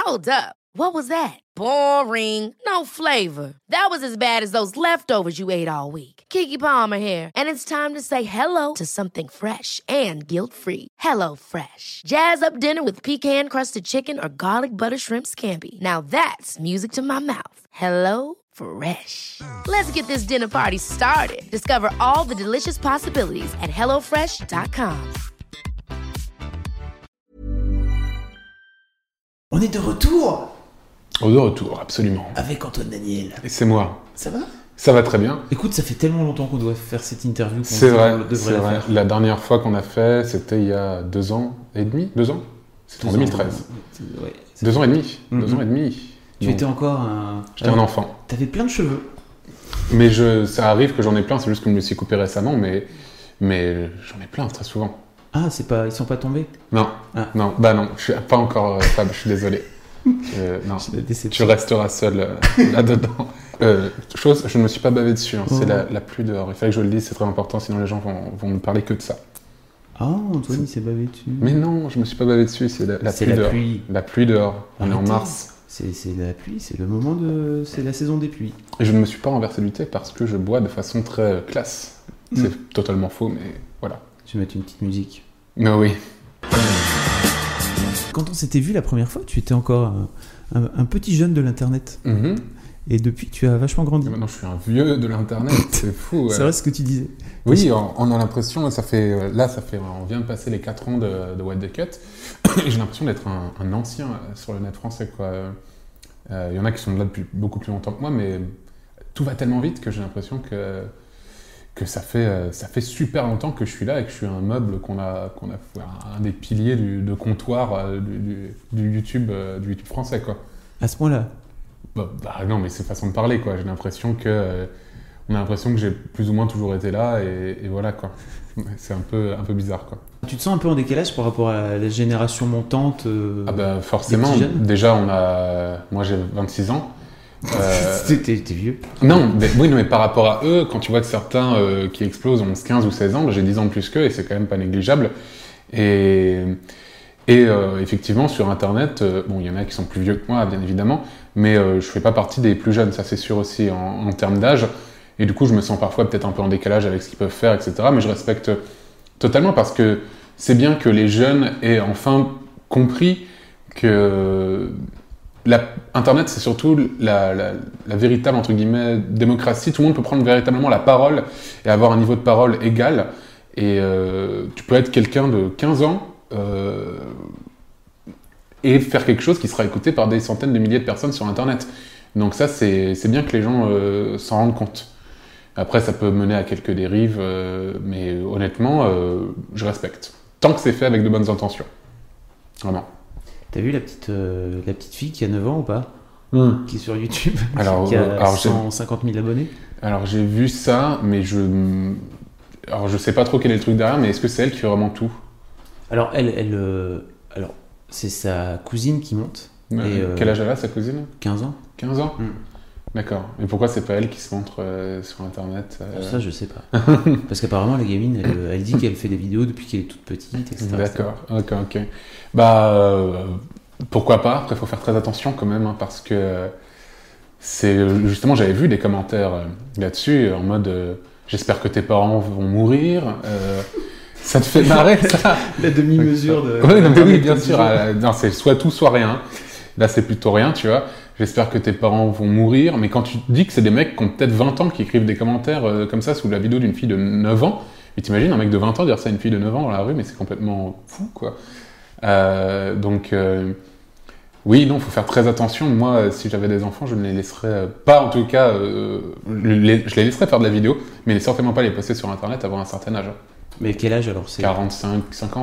Hold up. What was that? Boring. No flavor. That was as bad as those leftovers you ate all week. Keke Palmer here, and it's time to say hello to something fresh and guilt-free. Hello Fresh. Jazz up dinner with pecan-crusted chicken or garlic butter shrimp scampi. Now that's music to my mouth. Hello Fresh. Let's get this dinner party started. Discover all the delicious possibilities at hellofresh.com. On est de retour. De retour, absolument. Avec Antoine Daniel. Et c'est moi. Ça va ? Ça va très bien. Écoute, ça fait tellement longtemps qu'on doit faire cette interview. C'est vrai, c'est vrai. La dernière fois qu'on a fait, c'était il y a 2 ans et demi. 2 ans ? C'était en 2013. Ouais, 2 ans et demi. 2 ans et demi. Tu étais encore un... J'étais un enfant. T'avais plein de cheveux. Mais ça arrive que j'en ai plein, c'est juste que je me suis coupé récemment, mais j'en ai plein très souvent. Ah, ils sont pas tombés ? Non, non, bah non, je suis pas encore Fab, je suis désolé. Non, tu resteras seul là-dedans. Je ne me suis pas bavé dessus, hein, c'est la pluie dehors. Il fallait que je le dise, c'est très important, sinon les gens vont me parler que de ça. Ah, Antoine, il s'est bavé dessus. Mais non, je me suis pas bavé dessus, c'est la pluie dehors. La pluie dehors, on est en mars. C'est la pluie, c'est le moment c'est la saison des pluies. Et je ne me suis pas renversé du thé parce que je bois de façon très classe. C'est totalement faux, mais voilà. Je vais mettre une petite musique. Mais oui. Quand on s'était vu la première fois, tu étais encore un petit jeune de l'internet. Mm-hmm. Et depuis, tu as vachement grandi. Et maintenant, je suis un vieux de l'internet, c'est fou. C'est vrai ce que tu disais. Oui, on a l'impression, on vient de passer les 4 ans de What the Cut, et j'ai l'impression d'être un ancien sur le net français, quoi. Il y en a qui sont là depuis beaucoup plus longtemps que moi, mais tout va tellement vite que j'ai l'impression que ça fait super longtemps que je suis là et que je suis un meuble qu'on a un des piliers de comptoir du YouTube français, quoi. À ce point-là. Bah non, mais c'est façon de parler, quoi. J'ai l'impression que on a l'impression que j'ai plus ou moins toujours été là et voilà, quoi. C'est un peu bizarre, quoi. Tu te sens un peu en décalage par rapport à la génération montante Ah bah forcément. Déjà, moi j'ai 26 ans. T'es vieux. Non, mais par rapport à eux, quand tu vois que certains qui explosent ont 15 ou 16 ans, j'ai 10 ans de plus qu'eux et c'est quand même pas négligeable. Et effectivement, sur Internet, il y en a qui sont plus vieux que moi, bien évidemment, mais je fais pas partie des plus jeunes, ça c'est sûr aussi en termes d'âge. Et du coup, je me sens parfois peut-être un peu en décalage avec ce qu'ils peuvent faire, etc. Mais je respecte totalement parce que c'est bien que les jeunes aient enfin compris que Internet, c'est surtout la véritable, entre guillemets, démocratie. Tout le monde peut prendre véritablement la parole et avoir un niveau de parole égal. Et tu peux être quelqu'un de 15 ans et faire quelque chose qui sera écouté par des centaines de milliers de personnes sur Internet. Donc ça, c'est bien que les gens s'en rendent compte. Après, ça peut mener à quelques dérives, mais honnêtement, je respecte. Tant que c'est fait avec de bonnes intentions. Vraiment. T'as vu la petite fille qui a 9 ans ou pas ? Qui est sur YouTube, qui a 150 000 abonnés. Alors j'ai vu ça, mais je sais pas trop quel est le truc derrière, mais est-ce que c'est elle qui fait vraiment tout ? Alors alors c'est sa cousine qui monte. Quel âge elle a, sa cousine ? 15 ans. 15 ans ? D'accord. Et pourquoi c'est pas elle qui se montre sur Internet Ça, je sais pas. Parce qu'apparemment, la gamine, elle dit qu'elle fait des vidéos depuis qu'elle est toute petite, etc. D'accord. Ok. Bah, pourquoi pas ? Après, il faut faire très attention quand même, hein, parce que justement, j'avais vu des commentaires là-dessus, en mode j'espère que tes parents vont mourir. Ça te fait marrer, ça ? La demi-mesure de... Oui, bien sûr. Non, c'est soit tout, soit rien. Là, c'est plutôt rien, tu vois. J'espère que tes parents vont mourir. Mais quand tu dis que c'est des mecs qui ont peut-être 20 ans qui écrivent des commentaires comme ça sous la vidéo d'une fille de 9 ans, mais t'imagines un mec de 20 ans dire ça à une fille de 9 ans dans la rue, mais c'est complètement fou, quoi. Oui, non, faut faire très attention. Moi, si j'avais des enfants, je ne les laisserais pas, en tout cas, je les laisserais faire de la vidéo, mais certainement pas les poster sur Internet avant un certain âge. Mais quel âge alors ? 45, 50.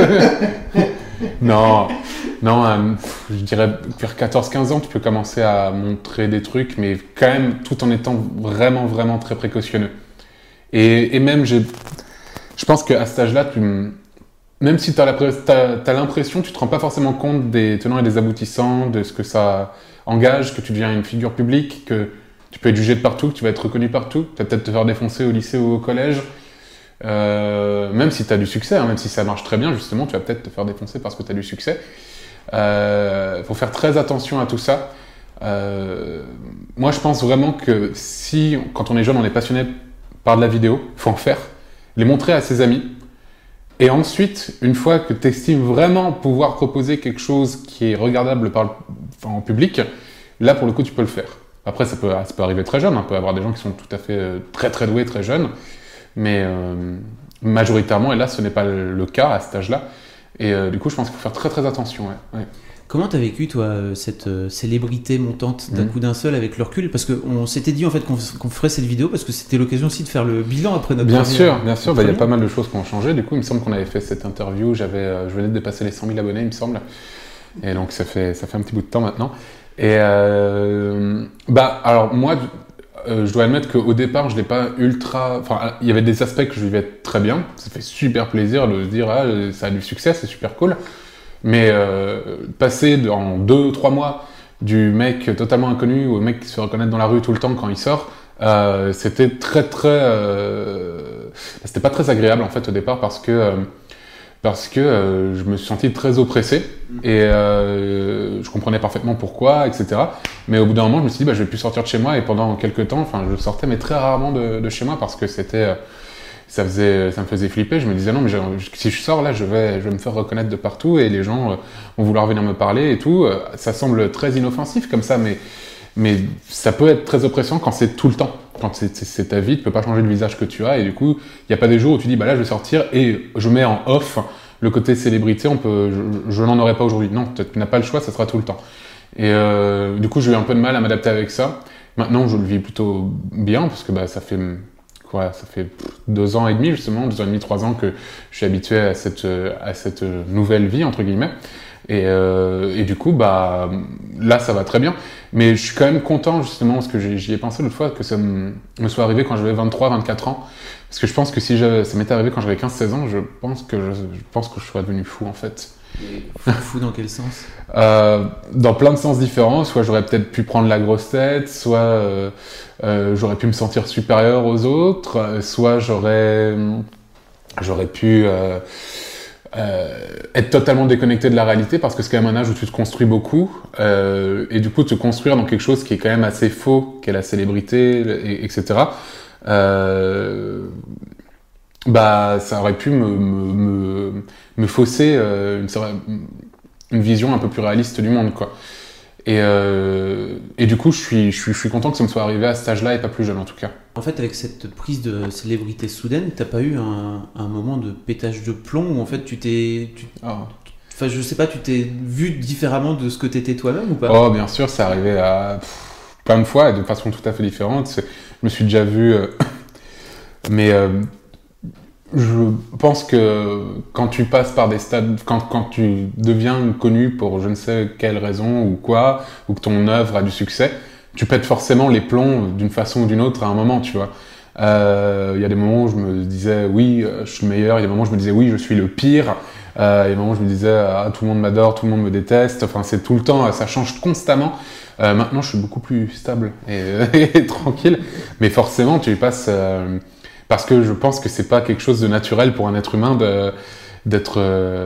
Non, je dirais vers 14-15 ans, tu peux commencer à montrer des trucs, mais quand même tout en étant vraiment, vraiment très précautionneux. Et même, je pense qu'à cet âge-là, même si tu as l'impression, tu te rends pas forcément compte des tenants et des aboutissants, de ce que ça engage, que tu deviens une figure publique, que tu peux être jugé de partout, que tu vas être reconnu partout, tu vas peut-être te faire défoncer au lycée ou au collège. Même si tu as du succès, hein, même si ça marche très bien, justement, tu vas peut-être te faire défoncer parce que tu as du succès. Faut faire très attention à tout ça. Moi, je pense vraiment que si, quand on est jeune, on est passionné par de la vidéo, il faut en faire, les montrer à ses amis. Et ensuite, une fois que tu estimes vraiment pouvoir proposer quelque chose qui est regardable en public, là, pour le coup, tu peux le faire. Après, ça peut arriver très jeune. On peut avoir des gens qui sont tout à fait très, très doués, très jeunes. Mais majoritairement, et là, ce n'est pas le cas à cet âge-là. Et du coup, je pense qu'il faut faire très, très attention. Ouais. Comment t'as vécu, toi, cette célébrité montante d'un coup d'un seul avec le recul? Parce qu'on s'était dit en fait qu'on ferait cette vidéo parce que c'était l'occasion aussi de faire le bilan après notre Bien sûr. Il y a pas mal de choses qui ont changé. Du coup, il me semble qu'on avait fait cette interview. Je venais de dépasser les 100 000 abonnés, il me semble. Et donc, ça fait un petit bout de temps maintenant. Et alors moi, je dois admettre qu'au départ, je l'ai pas ultra. Enfin, il y avait des aspects que je vivais très bien. Ça fait super plaisir de se dire ça a du succès, c'est super cool. Mais passer en 2-3 mois du mec totalement inconnu au mec qui se fait reconnaître dans la rue tout le temps quand il sort, c'était très très... c'était pas très agréable en fait au départ parce que je me suis senti très oppressé et je comprenais parfaitement pourquoi, etc. Mais au bout d'un moment, je me suis dit, je vais plus sortir de chez moi et pendant quelques temps, je sortais mais très rarement de chez moi parce que c'était... ça me faisait flipper. Je me disais non, mais si je sors là, je vais me faire reconnaître de partout et les gens vont vouloir venir me parler et tout. Ça semble très inoffensif comme ça, mais ça peut être très oppressant quand c'est tout le temps. Quand c'est ta vie, tu peux pas changer le visage que tu as et du coup, il y a pas des jours où tu dis là, je vais sortir et je mets en off le côté célébrité. Je n'en aurai pas aujourd'hui. Non, tu n'as pas le choix, ça sera tout le temps. Et du coup, j'ai eu un peu de mal à m'adapter avec ça. Maintenant, je le vis plutôt bien parce que ça fait 2 ans et demi justement, 2 ans et demi, 3 ans que je suis habitué à cette nouvelle vie entre guillemets. Et du coup, là, ça va très bien. Mais je suis quand même content justement parce que j'y ai pensé l'autre fois que ça me soit arrivé quand j'avais 23, 24 ans. Parce que je pense que si ça m'était arrivé quand j'avais 15, 16 ans, je pense que je serais devenu fou en fait. Fou dans quel sens? Dans plein de sens différents. Soit j'aurais peut-être pu prendre la grosse tête, soit j'aurais pu me sentir supérieur aux autres, soit j'aurais pu être totalement déconnecté de la réalité parce que c'est quand même un âge où tu te construis beaucoup et du coup te construire dans quelque chose qui est quand même assez faux, qu'est la célébrité, etc. Ça aurait pu me fausser une vision un peu plus réaliste du monde, quoi. Et du coup, je suis content que ça me soit arrivé à cet âge-là et pas plus jeune en tout cas. En fait, avec cette prise de célébrité soudaine, t'as pas eu un moment de pétage de plomb où en fait Enfin, je sais pas, tu t'es vu différemment de ce que t'étais toi-même ou pas? Oh, bien sûr, ça arrivait à plein de fois et de façon tout à fait différente. Je me suis déjà vu, mais je pense que quand tu passes par des stades, quand tu deviens connu pour je ne sais quelle raison ou quoi, ou que ton œuvre a du succès, tu pètes forcément les plombs d'une façon ou d'une autre à un moment, tu vois. Il y a des moments où je me disais oui, je suis le meilleur. Il y a des moments où je me disais oui, je suis le pire. Il y a des moments où je me disais tout le monde m'adore, tout le monde me déteste. Enfin, c'est tout le temps, ça change constamment. Maintenant, je suis beaucoup plus stable et tranquille. Mais forcément, tu y passes parce que je pense que c'est pas quelque chose de naturel pour un être humain d'être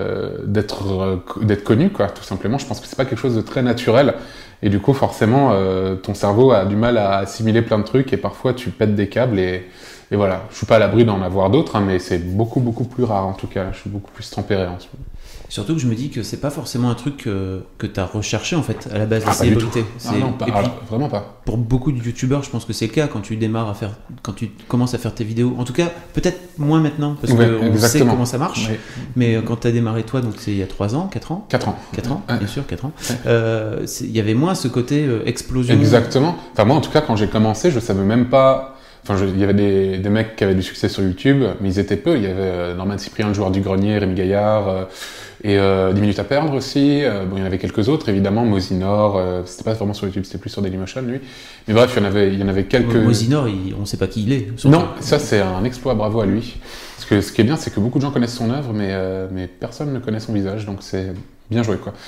connu, quoi. Tout simplement, je pense que c'est pas quelque chose de très naturel. Et du coup, forcément, ton cerveau a du mal à assimiler plein de trucs et parfois tu pètes des câbles et voilà. Je suis pas à l'abri d'en avoir d'autres, hein, mais c'est beaucoup, beaucoup plus rare en tout cas. Je suis beaucoup plus tempéré en ce moment. Surtout que je me dis que c'est pas forcément un truc que tu as recherché en fait à la base, la célébrité. Non, vraiment pas. Pour beaucoup de youtubeurs, je pense que c'est le cas quand tu commences à faire tes vidéos. En tout cas, peut-être moins maintenant parce qu'on sait comment ça marche. Ouais. Mais quand tu as démarré toi, donc c'est il y a 3 ans, 4 ans 4 ans. 4 ans, Ouais. Bien sûr, 4 ans. Ouais. Il y avait moins ce côté explosion. Exactement. Enfin, moi en tout cas, quand j'ai commencé, je savais même pas. Enfin, il y avait des mecs qui avaient du succès sur YouTube, mais ils étaient peu. Il y avait Norman Cyprien, le joueur du grenier, Rémi Gaillard, et 10 minutes à perdre aussi. Il y en avait quelques autres, évidemment. Mosinor, c'était pas vraiment sur YouTube, c'était plus sur Dailymotion, lui. Mais bref, il y en avait quelques... Mosinor, on sait pas qui il est. Non, ça c'est un exploit, bravo à lui. Parce que ce qui est bien, c'est que beaucoup de gens connaissent son œuvre, mais personne ne connaît son visage, donc c'est bien joué, quoi.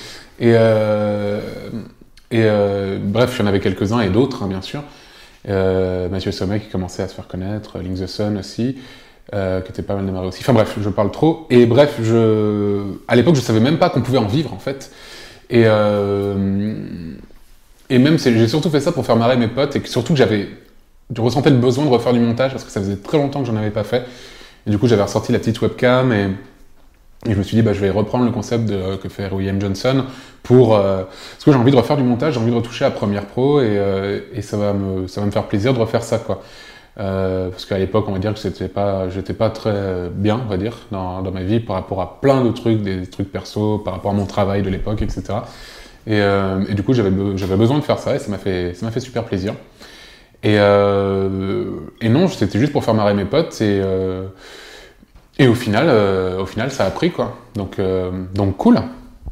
Bref, il y en avait quelques-uns et d'autres, hein, bien sûr. Mathieu Sommet qui commençait à se faire connaître, Link the Sun aussi, qui était pas mal démarré aussi. Enfin bref, je parle trop. Et bref, à l'époque, je savais même pas qu'on pouvait en vivre en fait. Et même, j'ai surtout fait ça pour faire marrer mes potes, et surtout que je ressentais le besoin de refaire du montage, parce que ça faisait très longtemps que j'en avais pas fait. Et du coup, j'avais ressorti la petite webcam, et je me suis dit, je vais reprendre le concept que fait William Johnson parce que j'ai envie de refaire du montage, j'ai envie de retoucher à Premiere Pro, et ça va me faire plaisir de refaire ça, quoi. Parce qu'à l'époque, on va dire que j'étais pas très bien, on va dire, dans ma vie, par rapport à plein de trucs, des trucs perso, par rapport à mon travail de l'époque, etc. Et du coup, j'avais besoin de faire ça, et ça m'a fait super plaisir. Et non, c'était juste pour faire marrer mes potes, et au final, ça a pris, quoi. Donc cool.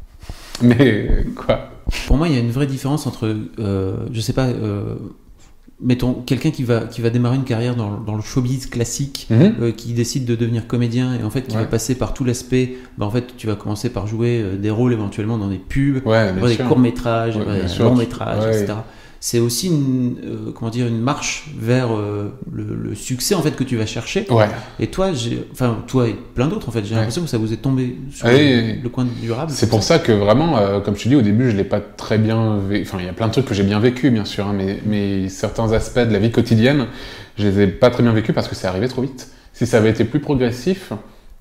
Mais quoi. Pour moi, il y a une vraie différence entre, je sais pas, mettons quelqu'un qui va démarrer une carrière dans le showbiz classique, qui décide de devenir comédien, et en fait qui va passer par tout l'aspect. En fait, tu vas commencer par jouer des rôles éventuellement dans des pubs, des courts-métrages, des longs-métrages, etc. C'est aussi une marche vers le succès, en fait, que tu vas chercher. Et toi et plein d'autres, en fait, j'ai l'impression que ça vous est tombé sur le coin durable. C'est pour ça que vraiment, comme je te dis au début, je l'ai pas très bien vécu. Enfin, il y a plein de trucs que j'ai bien vécu, bien sûr, mais certains aspects de la vie quotidienne, je les ai pas très bien vécus parce que c'est arrivé trop vite. Si ça avait été plus progressif,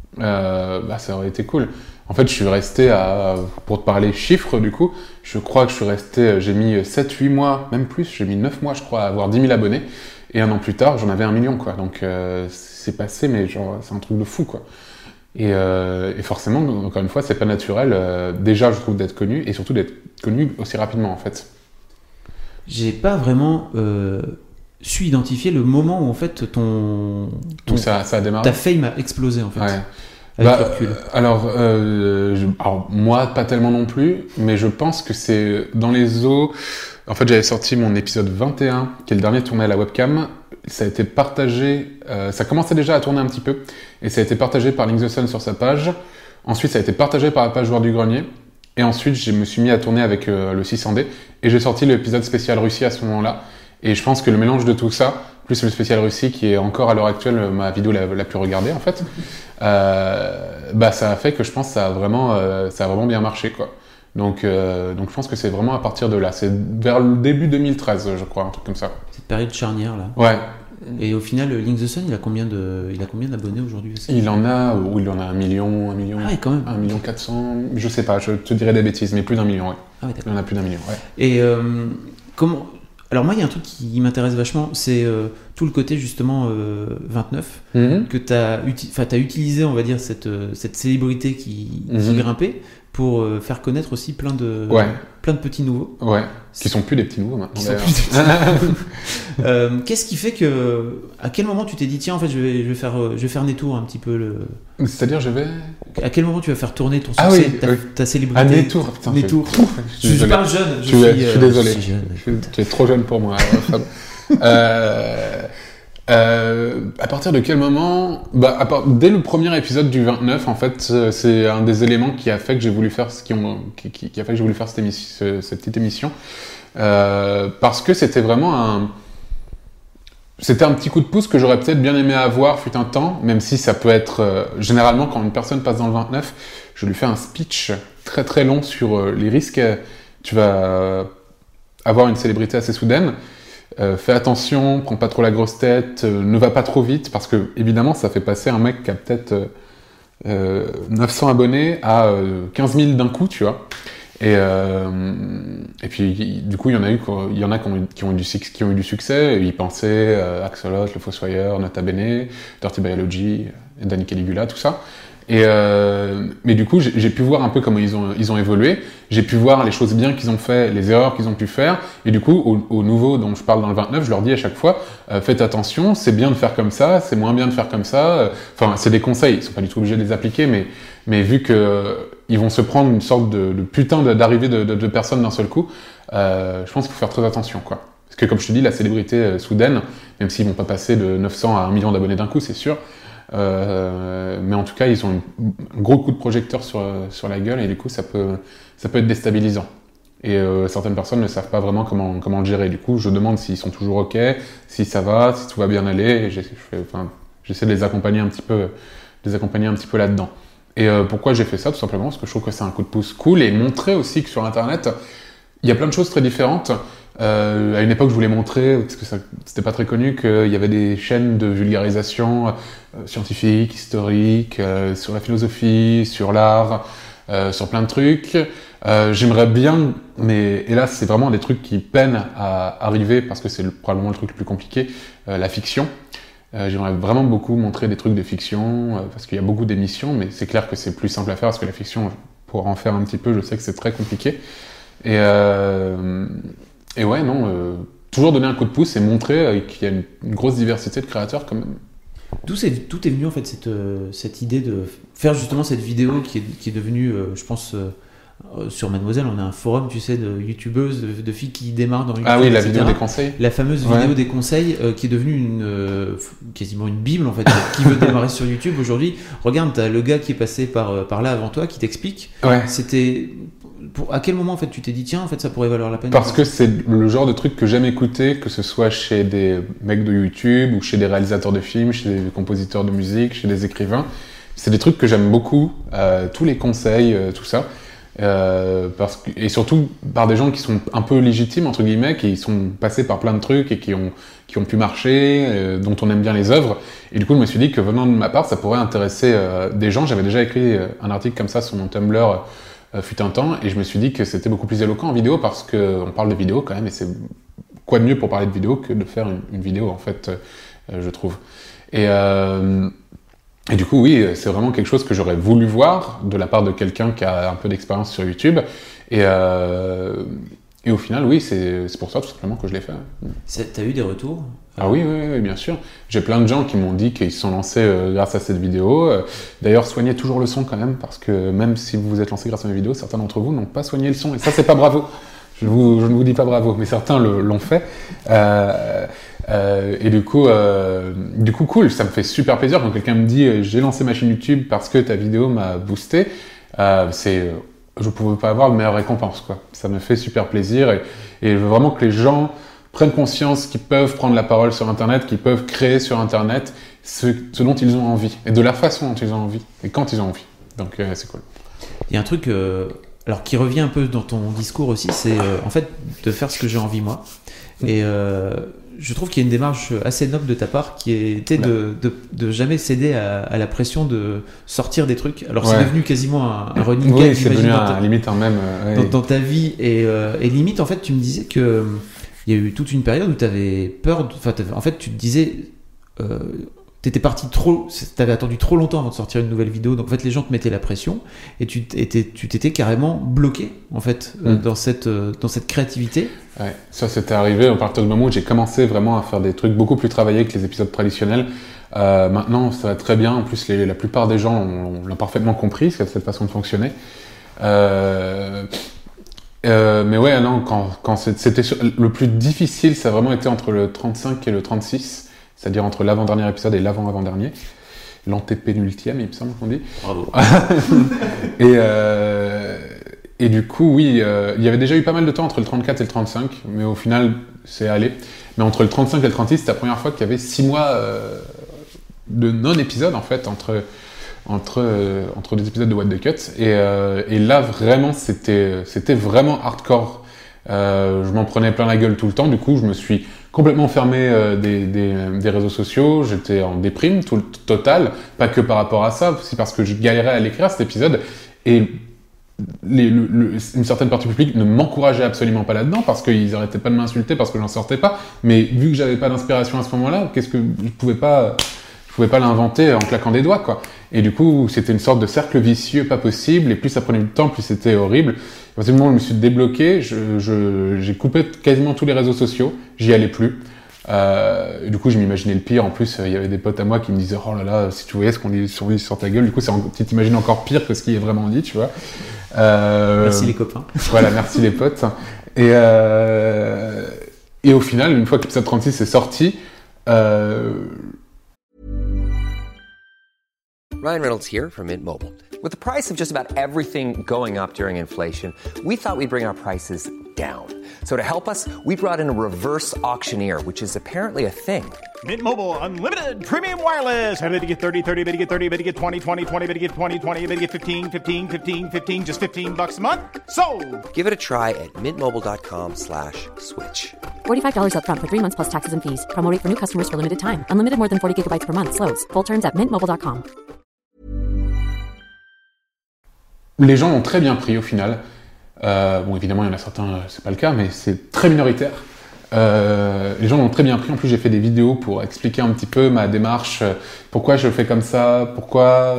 ça aurait été cool. En fait, je suis resté pour te parler chiffres, du coup, je crois que j'ai mis 7-8 mois, même plus, j'ai mis 9 mois, je crois, à avoir 10 000 abonnés. Et un an plus tard, j'en avais 1 million, quoi. Donc, c'est passé, mais genre, c'est un truc de fou, quoi. Et forcément, encore une fois, c'est pas naturel, déjà, je trouve, d'être connu, et surtout d'être connu aussi rapidement, en fait. J'ai pas vraiment su identifier le moment où, en fait, Où ça a démarré. Ta fame a explosé, en fait. Ouais. Alors, moi, pas tellement non plus, mais je pense que c'est dans les eaux. En fait, j'avais sorti mon épisode 21, qui est le dernier tourné à la webcam. Ça a été partagé, ça commençait déjà à tourner un petit peu, et ça a été partagé par Link the Sun sur sa page. Ensuite, ça a été partagé par la page Joueur du Grenier. Et ensuite, je me suis mis à tourner avec le 600D, et j'ai sorti l'épisode spécial Russie à ce moment-là. Et je pense que le mélange de tout ça, plus le spécial Russie, qui est encore à l'heure actuelle ma vidéo la plus regardée, en fait, ça a fait que je pense que ça a vraiment bien marché, quoi. Donc je pense que c'est vraiment à partir de là. C'est vers le début 2013, je crois, un truc comme ça. Cette période charnière, là. Ouais. Et au final, Link the Sun, il a combien d'abonnés aujourd'hui? Il en a 1 million. Ah ouais, quand même. 1 million 400, je sais pas, je te dirais des bêtises, mais plus d'1 million, ouais. Ah ouais, d'accord. Il en a plus d'1 million, ouais. Et comment... Alors moi, il y a un truc qui m'intéresse vachement, c'est tout le côté justement 29, que tu as utilisé, on va dire, cette célébrité qui grimpait pour faire connaître aussi plein de petits nouveaux. Ouais, qui sont plus des petits nouveaux maintenant. Qu'est-ce qui fait que... À quel moment tu t'es dit, tiens, en fait, je vais faire Nétour un petit peu C'est-à-dire, À quel moment tu vas faire tourner ton succès, ta célébrité? Nétour, putain. Nétour. Je parle jeune. Je suis désolé. Tu es trop jeune pour moi, Fab. À partir de quel moment? Dès le premier épisode du 29, en fait, c'est un des éléments qui a fait que j'ai voulu faire cette petite émission, parce que c'était vraiment c'était un petit coup de pouce que j'aurais peut-être bien aimé avoir fut un temps, même si ça peut être généralement quand une personne passe dans le 29, je lui fais un speech très très long sur les risques. Tu vas avoir une célébrité assez soudaine. Fais attention, prends pas trop la grosse tête, ne va pas trop vite, parce que évidemment ça fait passer un mec qui a peut-être 900 abonnés à 15 000 d'un coup, tu vois. Et puis du coup il y en a qui ont eu du succès. Ils pensaient Axolot, Le Fossoyeur, Nota Bene, Dirty Biology, Danny Caligula, tout ça. Mais du coup, j'ai pu voir un peu comment ils ont évolué. J'ai pu voir les choses bien qu'ils ont fait, les erreurs qu'ils ont pu faire. Et du coup, aux nouveaux dont je parle dans le 29, je leur dis à chaque fois, faites attention, c'est bien de faire comme ça, c'est moins bien de faire comme ça. Enfin, c'est des conseils, ils sont pas du tout obligés de les appliquer, mais vu que ils vont se prendre une sorte de putain d'arrivée de personnes d'un seul coup, je pense qu'il faut faire très attention, quoi. Parce que comme je te dis, la célébrité soudaine, même s'ils vont pas passer de 900 à 1 million d'abonnés d'un coup, c'est sûr. Mais en tout cas, ils ont un gros coup de projecteur sur la gueule, et du coup, ça peut être déstabilisant. Et certaines personnes ne savent pas vraiment comment le gérer. Du coup, je demande s'ils sont toujours OK, si ça va, si tout va bien aller. Et j'essaie de les accompagner un petit peu là-dedans. Et pourquoi j'ai fait ça? Tout simplement parce que je trouve que c'est un coup de pouce cool, et montrer aussi que sur Internet, il y a plein de choses très différentes. À une époque, je voulais montrer, parce que c'était pas très connu, qu'il y avait des chaînes de vulgarisation scientifique, historique, sur la philosophie, sur l'art, sur plein de trucs. J'aimerais bien, mais hélas, c'est vraiment des trucs qui peinent à arriver, parce que c'est probablement le truc le plus compliqué, la fiction. J'aimerais vraiment beaucoup montrer des trucs de fiction, parce qu'il y a beaucoup d'émissions, mais c'est clair que c'est plus simple à faire, parce que la fiction, pour en faire un petit peu, je sais que c'est très compliqué. Et ouais, non, toujours donner un coup de pouce et montrer qu'il y a une grosse diversité de créateurs quand même. Tout est venu en fait cette idée de faire justement cette vidéo qui est devenue, je pense, sur Mademoiselle, on a un forum, tu sais, de youtubeuses, de filles qui démarrent dans YouTube. Ah oui, la etc. vidéo des conseils. La fameuse vidéo des conseils qui est devenue quasiment une bible en fait. Qui veut démarrer sur YouTube aujourd'hui? Regarde, t'as le gars qui est passé par là avant toi qui t'explique. Ouais. C'était à quel moment en fait tu t'es dit tiens en fait ça pourrait valoir la peine? Parce que c'est le genre de truc que j'aime écouter, que ce soit chez des mecs de YouTube ou chez des réalisateurs de films, chez des compositeurs de musique, chez des écrivains. C'est des trucs que j'aime beaucoup, tous les conseils, tout ça. Et surtout par des gens qui sont un peu légitimes entre guillemets, qui sont passés par plein de trucs et qui ont pu marcher, dont on aime bien les œuvres. Et du coup je me suis dit que venant de ma part ça pourrait intéresser des gens. J'avais déjà écrit un article comme ça sur mon Tumblr fut un temps, et je me suis dit que c'était beaucoup plus éloquent en vidéo, parce qu'on parle de vidéo quand même, et c'est quoi de mieux pour parler de vidéo que de faire une vidéo en fait, je trouve. Et du coup oui, c'est vraiment quelque chose que j'aurais voulu voir de la part de quelqu'un qui a un peu d'expérience sur YouTube, et au final oui, c'est pour ça tout simplement que je l'ai fait. T'as eu des retours? Ah oui, bien sûr. J'ai plein de gens qui m'ont dit qu'ils se sont lancés grâce à cette vidéo. D'ailleurs, soignez toujours le son quand même, parce que même si vous vous êtes lancés grâce à ma vidéo, certains d'entre vous n'ont pas soigné le son. Et ça, c'est pas bravo. Je ne vous dis pas bravo, mais certains l'ont fait. Et du coup, cool. Ça me fait super plaisir quand quelqu'un me dit j'ai lancé ma chaîne YouTube parce que ta vidéo m'a boosté. Je pouvais pas avoir de meilleure récompense, quoi. Ça me fait super plaisir, et je veux vraiment que les gens prennent conscience qu'ils peuvent prendre la parole sur Internet, qu'ils peuvent créer sur Internet ce dont ils ont envie, et de la façon dont ils ont envie, et quand ils ont envie. Donc c'est cool. Il y a un truc alors qui revient un peu dans ton discours aussi, c'est en fait de faire ce que j'ai envie moi. Et je trouve qu'il y a une démarche assez noble de ta part qui était de jamais céder à la pression de sortir des trucs. Alors c'est devenu quasiment un running gag. Oui, c'est devenu limite un même. Dans ta vie, et limite en fait tu me disais que il y a eu toute une période où tu avais peur. En fait, tu te disais, t'étais parti t'avais attendu trop longtemps avant de sortir une nouvelle vidéo. Donc en fait, les gens te mettaient la pression, et tu t'étais carrément bloqué en fait dans cette créativité. Ouais, ça c'était arrivé à partir du moment où j'ai commencé vraiment à faire des trucs beaucoup plus travaillés que les épisodes traditionnels. Maintenant, ça va très bien. En plus, la plupart des gens l'ont parfaitement compris, cette façon de fonctionner. Mais ouais, non, quand c'était le plus difficile, ça a vraiment été entre le 35 et le 36, c'est-à-dire entre l'avant-dernier épisode et l'avant-avant-dernier, l'antépénultième, il me semble qu'on dit. Bravo. Et du coup, oui, il y avait déjà eu pas mal de temps entre le 34 et le 35, mais au final, c'est allé. Mais entre le 35 et le 36, c'était la première fois qu'il y avait 6 mois de non-épisode, en fait, entre des épisodes de What the Cut, et là vraiment c'était vraiment hardcore. Je m'en prenais plein la gueule tout le temps. Du coup je me suis complètement fermé des réseaux sociaux. J'étais en déprime totale, pas que par rapport à ça, c'est parce que je galérais à l'écrire cet épisode, et une certaine partie du public ne m'encourageait absolument pas là-dedans, parce qu'ils arrêtaient pas de m'insulter parce que j'en sortais pas. Mais vu que j'avais pas d'inspiration à ce moment-là, je pouvais pas l'inventer en claquant des doigts, quoi. Et du coup, c'était une sorte de cercle vicieux pas possible, et plus ça prenait du temps, plus c'était horrible. À partir du moment où je me suis débloqué, j'ai coupé quasiment tous les réseaux sociaux, j'y allais plus. Et du coup, je m'imaginais le pire. En plus, il y avait des potes à moi qui me disaient « Oh là là, si tu voyais ce qu'on dit sur ta gueule », du coup, tu t'imagines encore pire que ce qui est vraiment dit, tu vois. Merci les copains. Voilà, merci les potes. Et au final, une fois que l'épisode 36 est sorti, Ryan Reynolds here from Mint Mobile. With the price of just about everything going up during inflation, we thought we'd bring our prices down. So to help us, we brought in a reverse auctioneer, which is apparently a thing. Mint Mobile Unlimited Premium Wireless. How to get 30, 30, how to get 30, how to get 20, 20, 20, how to get 20, 20, how to get 15, 15, 15, 15, just $15 a month? Sold! Give it a try at mintmobile.com/switch. $45 up front for 3 months plus taxes and fees. Promo rate for new customers for limited time. Unlimited more than 40 gigabytes per month. Slows full terms at mintmobile.com. Les gens l'ont très bien pris au final. Bon, évidemment, il y en a certains, c'est pas le cas, mais c'est très minoritaire. Les gens l'ont très bien pris. En plus, j'ai fait des vidéos pour expliquer un petit peu ma démarche, pourquoi je fais comme ça, pourquoi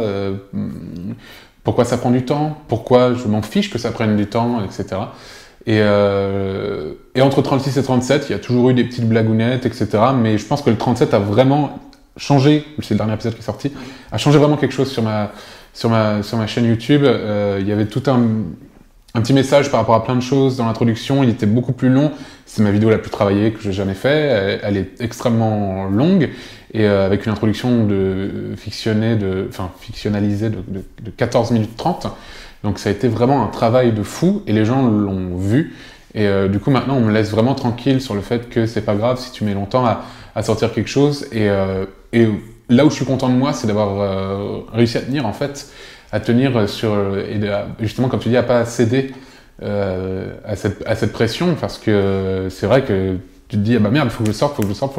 ça prend du temps, pourquoi je m'en fiche que ça prenne du temps, etc. Et entre 36 et 37, il y a toujours eu des petites blagounettes, etc. Mais je pense que le 37 a vraiment changé, c'est le dernier épisode qui est sorti, a changé vraiment quelque chose sur ma chaîne YouTube. Il y avait tout un petit message par rapport à plein de choses dans l'introduction. Il était beaucoup plus long. C'est ma vidéo la plus travaillée que j'ai jamais fait. Elle est extrêmement longue et avec une introduction fictionnalisée de 14 minutes 30. Donc ça a été vraiment un travail de fou et les gens l'ont vu. Et du coup maintenant on me laisse vraiment tranquille sur le fait que c'est pas grave si tu mets longtemps à sortir quelque chose. Et là où je suis content de moi, c'est d'avoir réussi à tenir en fait. À tenir justement, comme tu dis, à pas céder à cette pression, parce que c'est vrai que tu te dis ah bah merde, il faut que je sorte.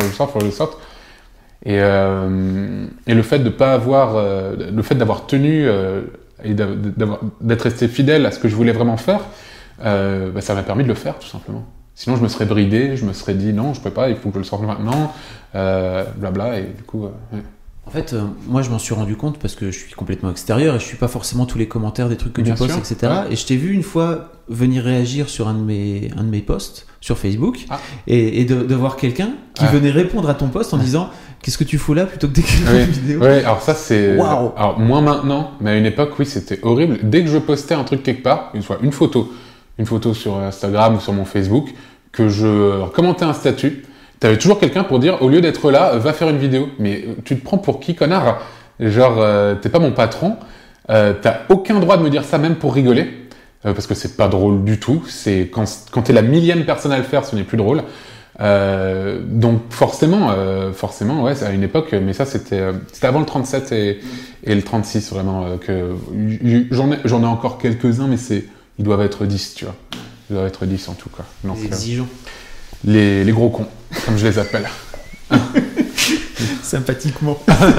Et le fait de pas avoir, le fait d'avoir tenu et d'être resté fidèle à ce que je voulais vraiment faire, ça m'a permis de le faire tout simplement. Sinon, je me serais bridé, je me serais dit non, je peux pas, il faut que je le sorte maintenant, blabla, et du coup. Ouais. En fait, moi je m'en suis rendu compte parce que je suis complètement extérieur et je suis pas forcément tous les commentaires des trucs que tu postes, etc. Ouais. Et je t'ai vu une fois venir réagir sur un de mes posts sur Facebook et de voir quelqu'un qui venait répondre à ton post en disant qu'est-ce que tu fous là plutôt que d'écrire une vidéo. Oui, alors ça c'est. Wow. Alors moins maintenant, mais à une époque, oui, c'était horrible. Dès que je postais un truc quelque part, une photo sur Instagram ou sur mon Facebook, que je commentais un statut. T'avais toujours quelqu'un pour dire, au lieu d'être là, va faire une vidéo. Mais tu te prends pour qui, connard ? Genre, t'es pas mon patron, t'as aucun droit de me dire ça, même pour rigoler, parce que c'est pas drôle du tout. C'est quand t'es la millième personne à le faire, ce n'est plus drôle. Donc forcément, ouais, à une époque, mais ça c'était avant le 37 et le 36 vraiment, que j'en ai encore quelques-uns, mais ils doivent être 10, tu vois. Ils doivent être 10 en tout cas. Donc, exigeants. Les gros cons, comme je les appelle. Sympathiquement.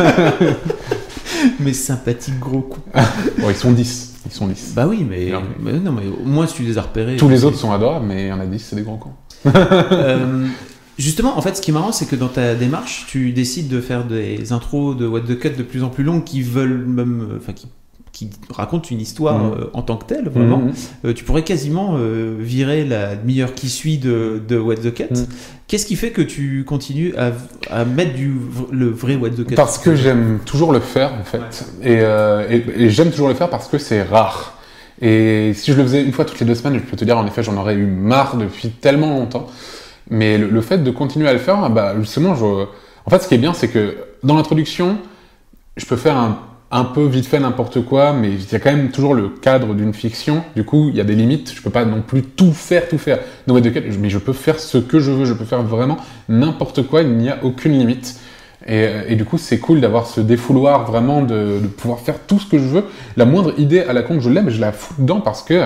Mais sympathiques gros cons. Bon, ils sont 10. Bah oui, mais au moins tu les as repérés. Tous les autres sont adorables, mais il y en a 10, c'est des gros cons. Justement, en fait, ce qui est marrant, c'est que dans ta démarche, tu décides de faire des intros de What the Cut de plus en plus longues qui veulent même... qui racontent une histoire en tant que telle, vraiment. Tu pourrais quasiment virer la demi-heure qui suit de What the Cut. Qu'est-ce qui fait que tu continues à mettre le vrai What the Cut ? Parce que j'aime toujours le faire, en fait. Ouais. Et j'aime toujours le faire parce que c'est rare. Et si je le faisais une fois toutes les 2 semaines, je peux te dire, en effet, j'en aurais eu marre depuis tellement longtemps. Mais le fait de continuer à le faire, justement, en fait, ce qui est bien, c'est que dans l'introduction, je peux faire un peu vite fait n'importe quoi, mais il y a quand même toujours le cadre d'une fiction. Du coup, il y a des limites. Je peux pas non plus tout faire. No What the Cut, mais je peux faire ce que je veux. Je peux faire vraiment n'importe quoi. Il n'y a aucune limite. Et du coup, c'est cool d'avoir ce défouloir vraiment de pouvoir faire tout ce que je veux. La moindre idée à la con que je l'aime, je la fous dedans parce que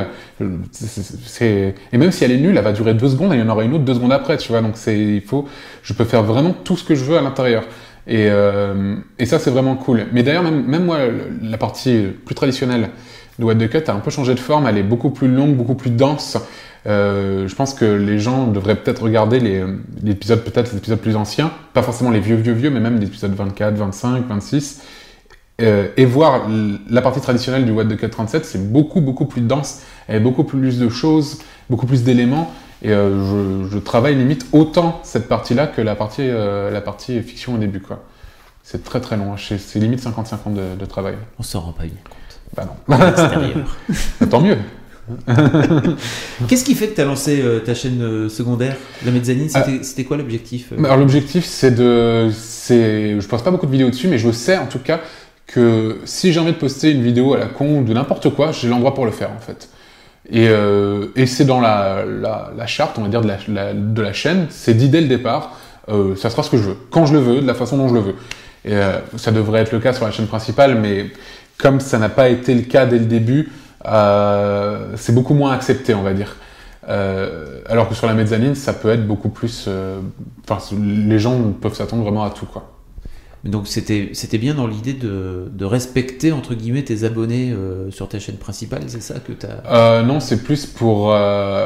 et même si elle est nulle, elle va durer 2 secondes et il y en aura une autre 2 secondes après, tu vois. Donc je peux faire vraiment tout ce que je veux à l'intérieur. Et ça, c'est vraiment cool. Mais d'ailleurs, même moi, la partie plus traditionnelle de What the Cut a un peu changé de forme. Elle est beaucoup plus longue, beaucoup plus dense. Je pense que les gens devraient peut-être regarder les épisodes plus anciens, pas forcément les vieux, mais même les épisodes 24, 25, 26, et voir la partie traditionnelle du What the Cut 37. C'est beaucoup, beaucoup plus dense, et beaucoup plus de choses, beaucoup plus d'éléments. Et je travaille limite autant cette partie-là que la partie fiction au début, quoi. C'est très très long, c'est limite 55 ans de travail. On s'en rend pas bien compte. Bah non. À l'extérieur. Tant mieux. Qu'est-ce qui fait que tu as lancé ta chaîne secondaire, la mezzanine ? C'était quoi l'objectif ? Alors l'objectif, je poste pas beaucoup de vidéos dessus, mais je sais en tout cas que si j'ai envie de poster une vidéo à la con ou de n'importe quoi, j'ai l'endroit pour le faire en fait. Et c'est dans la charte, on va dire, de la chaîne, c'est dit dès le départ, ça sera ce que je veux, quand je le veux, de la façon dont je le veux. Et ça devrait être le cas sur la chaîne principale, mais comme ça n'a pas été le cas dès le début, c'est beaucoup moins accepté, on va dire. Alors que sur la mezzanine, ça peut être beaucoup plus... les gens peuvent s'attendre vraiment à tout, quoi. Donc c'était bien dans l'idée de respecter, entre guillemets, tes abonnés sur ta chaîne principale, c'est ça que tu as... Non, c'est plus pour...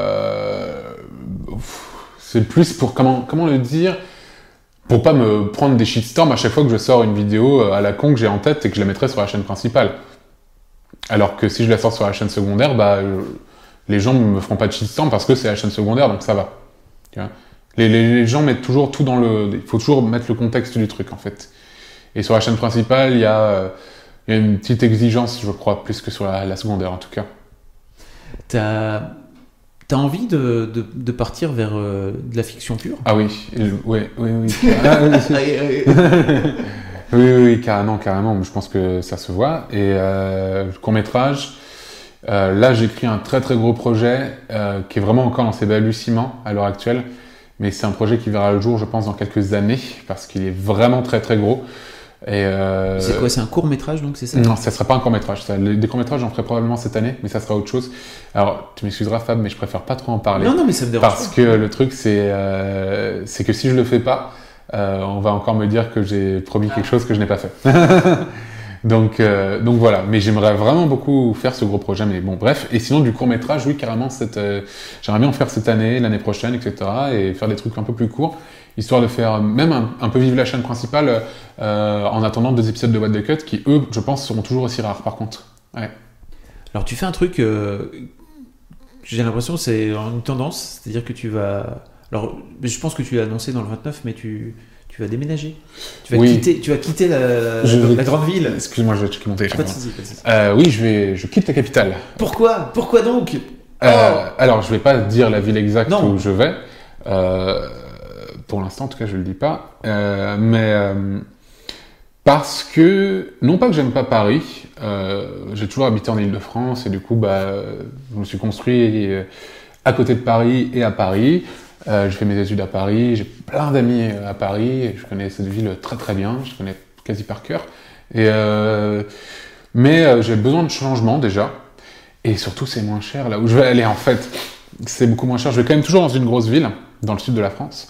comment le dire, pour pas me prendre des shitstorms à chaque fois que je sors une vidéo à la con que j'ai en tête et que je la mettrai sur la chaîne principale. Alors que si je la sors sur la chaîne secondaire, les gens me feront pas de shitstorm parce que c'est la chaîne secondaire, donc ça va. Tu vois, les gens mettent toujours tout dans le... Il faut toujours mettre le contexte du truc, en fait. Et sur la chaîne principale, il y a une petite exigence, je crois, plus que sur la secondaire, en tout cas. T'as envie de partir vers de la fiction pure ? Ah oui, oui. Oui, carrément. Je pense que ça se voit. Et le court-métrage, là, j'écris un très très gros projet qui est vraiment encore dans ses balbutiements à l'heure actuelle. Mais c'est un projet qui verra le jour, je pense, dans quelques années, parce qu'il est vraiment très très gros. Et c'est quoi, c'est un court-métrage donc, c'est ça ? Non, ça sera pas un court-métrage. Des courts-métrages, j'en ferai probablement cette année, mais ça sera autre chose. Alors, tu m'excuseras, Fab, mais je préfère pas trop en parler. Non, mais ça me dérange parce pas. Que le truc, c'est que si je le fais pas, on va encore me dire que j'ai promis quelque chose que je n'ai pas fait. Donc voilà. Mais j'aimerais vraiment beaucoup faire ce gros projet. Mais bon, bref. Et sinon, du court-métrage, oui, carrément, j'aimerais bien en faire cette année, l'année prochaine, etc. Et faire des trucs un peu plus courts, histoire de faire même un peu vivre la chaîne principale en attendant 2 épisodes de What the Cut qui, eux, je pense, seront toujours aussi rares, par contre. Ouais. Alors, tu fais un truc, j'ai l'impression que c'est une tendance, c'est-à-dire que tu vas... Alors, je pense que tu l'as annoncé dans le 29, mais tu vas déménager. Tu vas quitter la grande ville. Excuse-moi, je vais checker mon téléphone. Pas de souci. Oui, je quitte la capitale. Pourquoi donc Alors, je vais pas dire la ville exacte où je vais. Pour l'instant, en tout cas, je le dis pas. Mais parce que, non pas que j'aime pas Paris, j'ai toujours habité en Île-de-France et du coup, je me suis construit à côté de Paris et à Paris. J'ai fait mes études à Paris, j'ai plein d'amis à Paris, et je connais cette ville très très bien, je connais quasi par cœur. Mais j'ai besoin de changement déjà, et surtout c'est moins cher là où je vais aller en fait. C'est beaucoup moins cher, je vais quand même toujours dans une grosse ville, dans le sud de la France,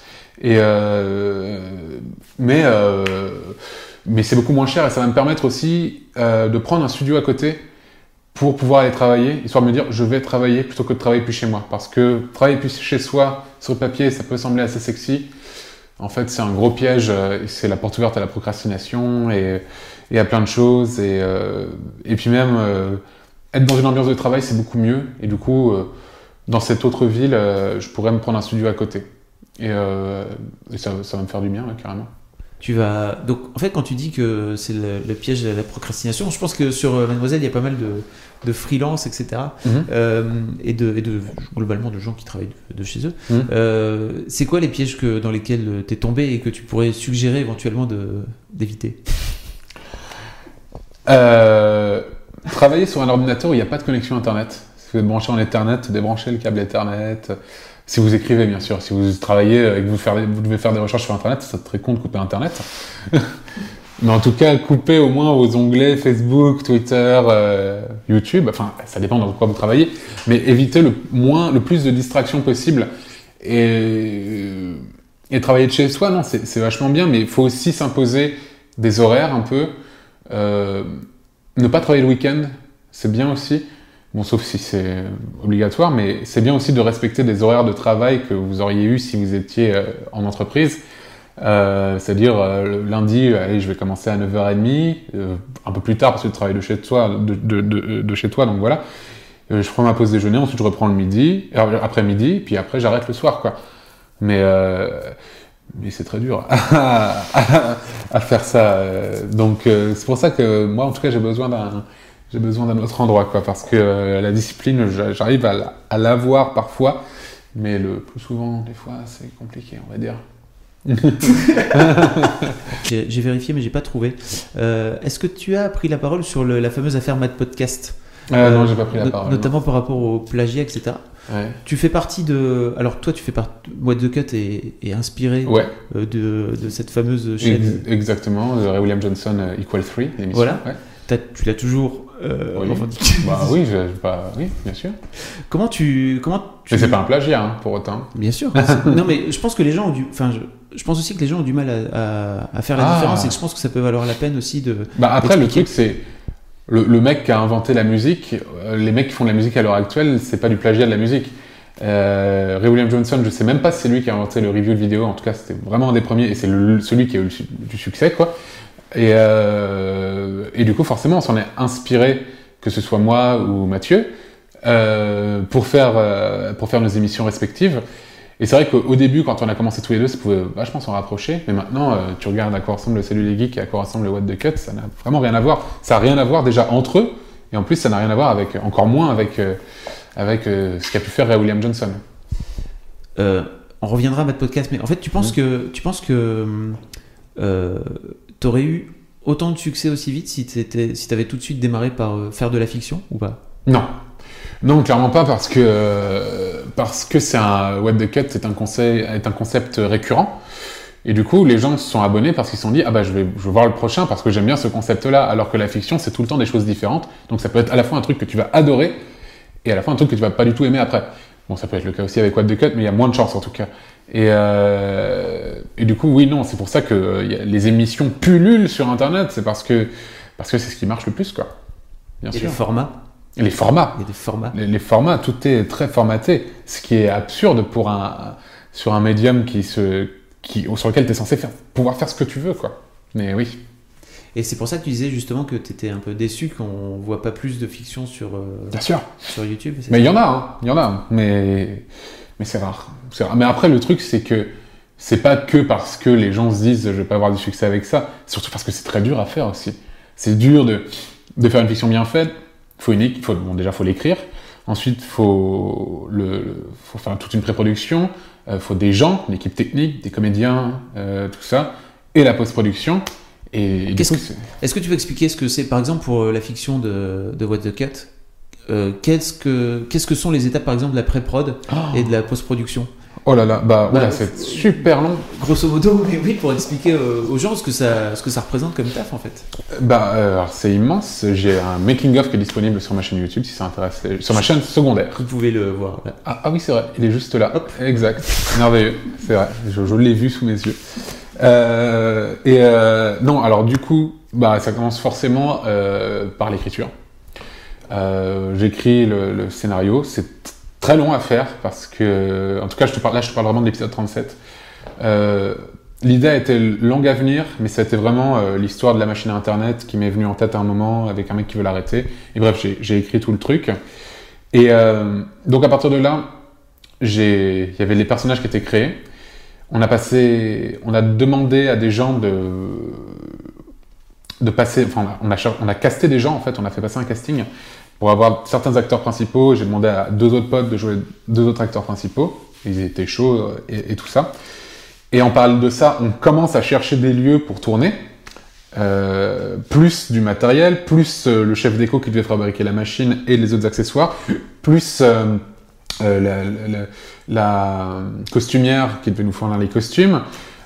mais c'est beaucoup moins cher et ça va me permettre aussi de prendre un studio à côté pour pouvoir aller travailler, histoire de me dire je vais travailler plutôt que de travailler plus chez moi. Parce que travailler plus chez soi, sur le papier, ça peut sembler assez sexy. En fait, c'est un gros piège, c'est la porte ouverte à la procrastination et à plein de choses. Et puis même, être dans une ambiance de travail, c'est beaucoup mieux. Et du coup, dans cette autre ville, je pourrais me prendre un studio à côté. Et ça va me faire du bien, carrément. Donc, en fait, quand tu dis que c'est le piège de la procrastination, je pense que sur Mademoiselle, il y a pas mal de freelance, etc. Et globalement de gens qui travaillent de chez eux. C'est quoi les pièges dans lesquels tu es tombé et que tu pourrais suggérer éventuellement d'éviter ? Travailler sur un ordinateur où il n'y a pas de connexion Internet. Si vous êtes branché en Ethernet, débranchez le câble Ethernet. Si vous écrivez, bien sûr. Si vous travaillez et que vous devez faire des recherches sur Internet, ça serait très con de couper Internet. Mais en tout cas, coupez au moins vos onglets Facebook, Twitter, YouTube. Enfin, ça dépend dans quoi vous travaillez. Mais évitez le plus de distractions possible. Et travailler de chez soi, non, c'est vachement bien. Mais il faut aussi s'imposer des horaires un peu. Ne pas travailler le week-end, c'est bien aussi. Bon, sauf si c'est obligatoire, mais c'est bien aussi de respecter des horaires de travail que vous auriez eu si vous étiez en entreprise. C'est-à-dire, lundi, allez, je vais commencer à 9h30, un peu plus tard parce que je travaille de chez toi, donc voilà. Je prends ma pause déjeuner, ensuite je reprends le midi, après-midi, puis après j'arrête le soir, quoi. Mais c'est très dur à faire ça. Donc c'est pour ça que moi, en tout cas, j'ai besoin d'un autre endroit, quoi, parce que la discipline, j'arrive à l'avoir parfois, mais le plus souvent, des fois, c'est compliqué, on va dire. J'ai vérifié, mais j'ai pas trouvé. Est-ce que tu as pris la parole sur la fameuse affaire Mad Podcast ? Non, j'ai pas pris la parole. Notamment par rapport au plagiat, etc. Ouais. Tu fais partie de... Alors toi, tu fais partie... What the Cut est inspiré de cette fameuse chaîne. Exactement, de Ray William Johnson, Equal 3, l'émission. Voilà. Ouais. Tu l'as toujours revendiqué. Oui, oui, bien sûr. Comment tu... Mais c'est pas un plagiat, hein, pour autant. Bien sûr. Non, mais je pense que les gens ont du... Enfin, je pense aussi que les gens ont du mal à faire la différence, et que je pense que ça peut valoir la peine aussi de... Après, le truc, c'est... Le mec qui a inventé la musique, les mecs qui font de la musique à l'heure actuelle, c'est pas du plagiat de la musique. Ray William Johnson, je sais même pas si c'est lui qui a inventé le review de vidéo, en tout cas c'était vraiment un des premiers, et c'est celui qui a eu du succès, quoi. Et du coup, forcément, on s'en est inspiré, que ce soit moi ou Mathieu, pour faire nos émissions respectives. Et c'est vrai qu'au début, quand on a commencé tous les deux, ça pouvait vachement s'en rapprocher. Mais maintenant, tu regardes à quoi ressemble le Salut les Geeks et à quoi ressemble le What the Cut, ça n'a vraiment rien à voir. Ça n'a rien à voir déjà entre eux, et en plus, ça n'a rien à voir avec, encore moins avec ce qu'a pu faire Ray William Johnson. On reviendra à notre podcast, mais en fait, tu penses que t'aurais eu autant de succès aussi vite si t'avais tout de suite démarré par faire de la fiction ou pas? Non, clairement pas, parce que c'est un What the Cut est un concept récurrent. Et du coup, les gens se sont abonnés parce qu'ils se sont dit je vais voir le prochain parce que j'aime bien ce concept-là, alors que la fiction, c'est tout le temps des choses différentes. Donc ça peut être à la fois un truc que tu vas adorer et à la fois un truc que tu vas pas du tout aimer après. Bon, ça peut être le cas aussi avec What the Cut, mais il y a moins de chance en tout cas. Et du coup, oui, non, c'est pour ça que les émissions pullulent sur Internet, c'est parce que c'est ce qui marche le plus, quoi. Bien sûr. Les formats. Les formats. Il y a des formats. Les formats, tout est très formaté, ce qui est absurde sur un médium sur lequel tu es censé pouvoir faire ce que tu veux, quoi. Mais oui. Et c'est pour ça que tu disais justement que tu étais un peu déçu qu'on voit pas plus de fiction sur Bien sûr. Sur YouTube. Mais il y en a, mais c'est rare. Mais après, le truc, c'est que c'est pas que parce que les gens se disent je vais pas avoir du succès avec ça, surtout parce que c'est très dur à faire aussi. C'est dur de faire une fiction bien faite. Déjà, faut l'écrire. Ensuite, faut faire toute une pré-production. Faut des gens, une équipe technique, des comédiens, tout ça, et la post-production. Est-ce que tu peux expliquer ce que c'est, par exemple, pour la fiction de What the Cut, qu'est-ce que sont les étapes, par exemple, de la pré-prod et de la post-production? Oh là là, c'est super long. Grosso modo, mais oui, pour expliquer aux gens ce que ça représente comme taf, en fait. Alors, c'est immense. J'ai un making-of qui est disponible sur ma chaîne YouTube, si ça intéresse. Sur ma chaîne secondaire. Vous pouvez le voir. Là. Ah oui, c'est vrai. Il est juste là. Hop. Exact. Merveilleux. C'est vrai. Je l'ai vu sous mes yeux. Non, alors du coup, ça commence forcément par l'écriture. J'écris le scénario. C'est très long à faire parce que, en tout cas, je te parle vraiment de l'épisode 37. L'idée était longue à venir, mais c'était vraiment l'histoire de la machine à Internet qui m'est venue en tête à un moment avec un mec qui veut l'arrêter. Et bref, j'ai écrit tout le truc. Et donc à partir de là, il y avait les personnages qui étaient créés. On a demandé à des gens de passer, enfin on a casté des gens en fait, on a fait passer un casting pour avoir certains acteurs principaux. J'ai demandé à 2 autres potes de jouer 2 autres acteurs principaux. Ils étaient chauds et tout ça. Et en parallèle de ça, on commence à chercher des lieux pour tourner, plus du matériel, plus le chef déco qui devait fabriquer la machine et les autres accessoires, plus la costumière qui devait nous fournir les costumes.